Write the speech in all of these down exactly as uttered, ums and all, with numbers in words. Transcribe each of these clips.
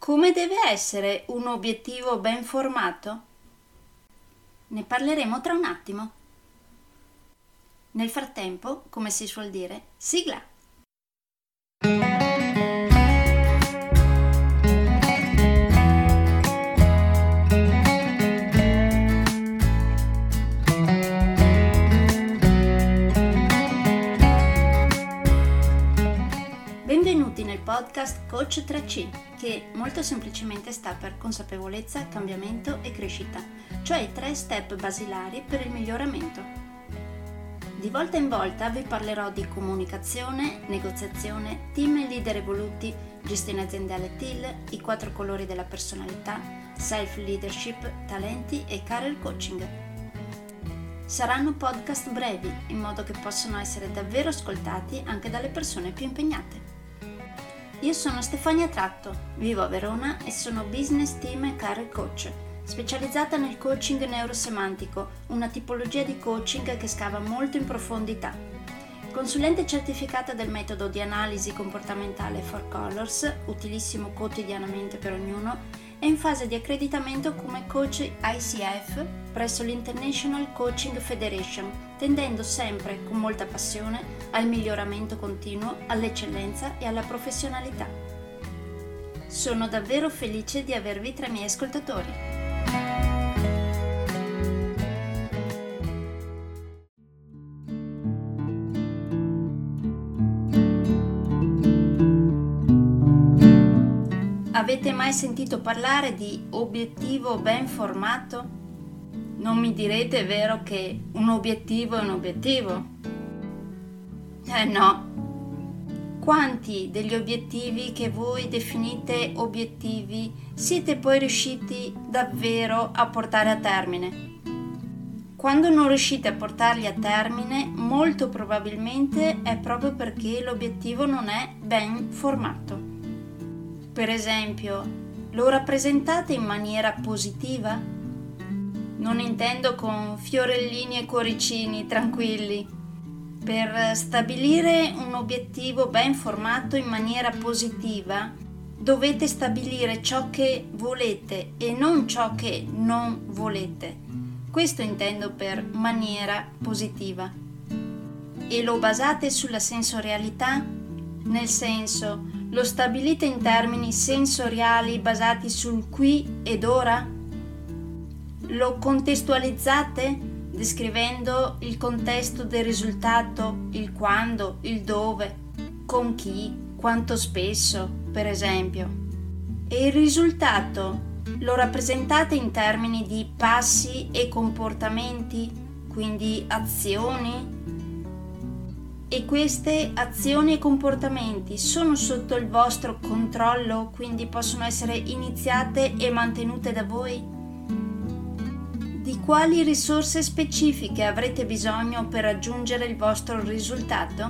Come deve essere un obiettivo ben formato? Ne parleremo tra un attimo. Nel frattempo, come si suol dire, sigla! Benvenuti nel podcast Coach tre C, che molto semplicemente sta per consapevolezza, cambiamento e crescita, cioè i tre step basilari per il miglioramento. Di volta in volta vi parlerò di comunicazione, negoziazione, team e leader evoluti, gestione aziendale T I L, i quattro colori della personalità, self-leadership, talenti e career coaching. Saranno podcast brevi, in modo che possano essere davvero ascoltati anche dalle persone più impegnate. Io sono Stefania Tratto, vivo a Verona e sono business team e career coach, specializzata nel coaching neurosemantico, una tipologia di coaching che scava molto in profondità. Consulente certificata del metodo di analisi comportamentale Four Colors, utilissimo quotidianamente per ognuno, e in fase di accreditamento come coach I C F presso l'International Coaching Federation, tendendo sempre con molta passione al miglioramento continuo, all'eccellenza e alla professionalità. Sono davvero felice di avervi tra i miei ascoltatori. Avete mai sentito parlare di obiettivo ben formato? Non mi direte, vero, che un obiettivo è un obiettivo? Eh no. Quanti degli obiettivi che voi definite obiettivi siete poi riusciti davvero a portare a termine? Quando non riuscite a portarli a termine, molto probabilmente è proprio perché l'obiettivo non è ben formato. Per esempio, lo rappresentate in maniera positiva? Non intendo con fiorellini e cuoricini, tranquilli. Per stabilire un obiettivo ben formato in maniera positiva, dovete stabilire ciò che volete e non ciò che non volete. Questo intendo per maniera positiva. E lo basate sulla sensorialità? Nel senso, lo stabilite in termini sensoriali basati sul qui ed ora? Lo contestualizzate descrivendo il contesto del risultato, il quando, il dove, con chi, quanto spesso, per esempio. E il risultato lo rappresentate in termini di passi e comportamenti, quindi azioni? E queste azioni e comportamenti sono sotto il vostro controllo, quindi possono essere iniziate e mantenute da voi? Di quali risorse specifiche avrete bisogno per raggiungere il vostro risultato?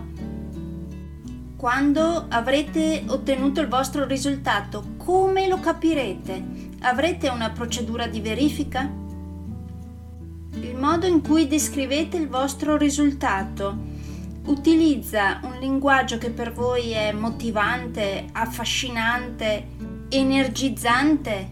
Quando avrete ottenuto il vostro risultato, come lo capirete? Avrete una procedura di verifica? Il modo in cui descrivete il vostro risultato utilizza un linguaggio che per voi è motivante, affascinante, energizzante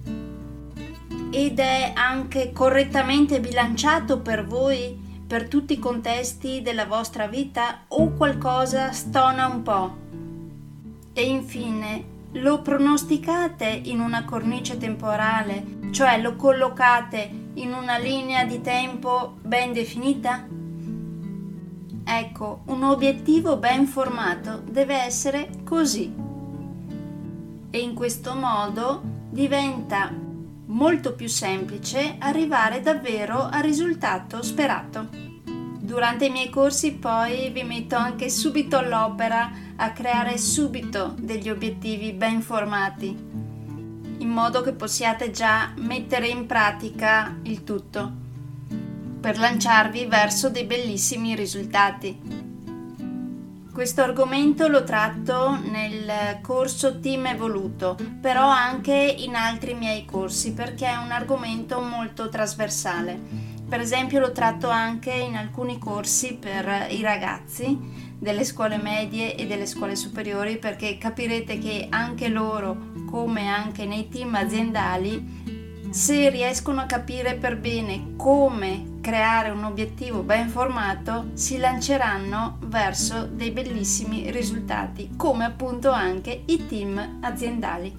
ed è anche correttamente bilanciato per voi, per tutti i contesti della vostra vita, o qualcosa stona un po'? E infine, lo pronosticate in una cornice temporale, cioè lo collocate in una linea di tempo ben definita? Ecco, un obiettivo ben formato deve essere così. E in questo modo diventa molto più semplice arrivare davvero al risultato sperato. Durante i miei corsi poi vi metto anche subito all'opera a creare subito degli obiettivi ben formati, in modo che possiate già mettere in pratica il tutto, per lanciarvi verso dei bellissimi risultati. Questo argomento lo tratto nel corso Team Evoluto, però anche in altri miei corsi, perché è un argomento molto trasversale. Per esempio lo tratto anche in alcuni corsi per i ragazzi delle scuole medie e delle scuole superiori, perché capirete che anche loro, come anche nei team aziendali, se riescono a capire per bene come creare un obiettivo ben formato, si lanceranno verso dei bellissimi risultati, come appunto anche i team aziendali.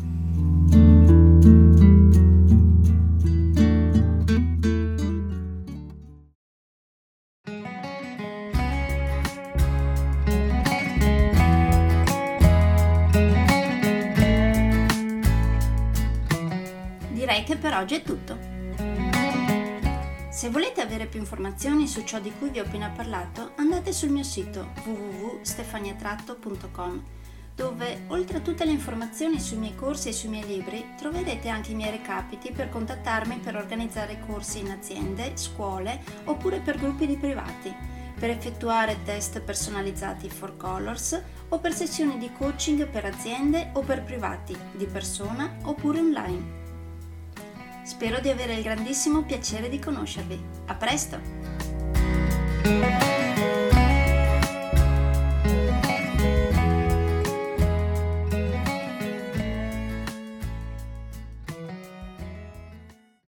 Direi che per oggi è tutto. Se volete avere più informazioni su ciò di cui vi ho appena parlato, andate sul mio sito w w w punto stefania tratto punto com, dove oltre a tutte le informazioni sui miei corsi e sui miei libri troverete anche i miei recapiti per contattarmi per organizzare corsi in aziende, scuole oppure per gruppi di privati, per effettuare test personalizzati for colors o per sessioni di coaching per aziende o per privati, di persona oppure online. Spero di avere il grandissimo piacere di conoscervi. A presto!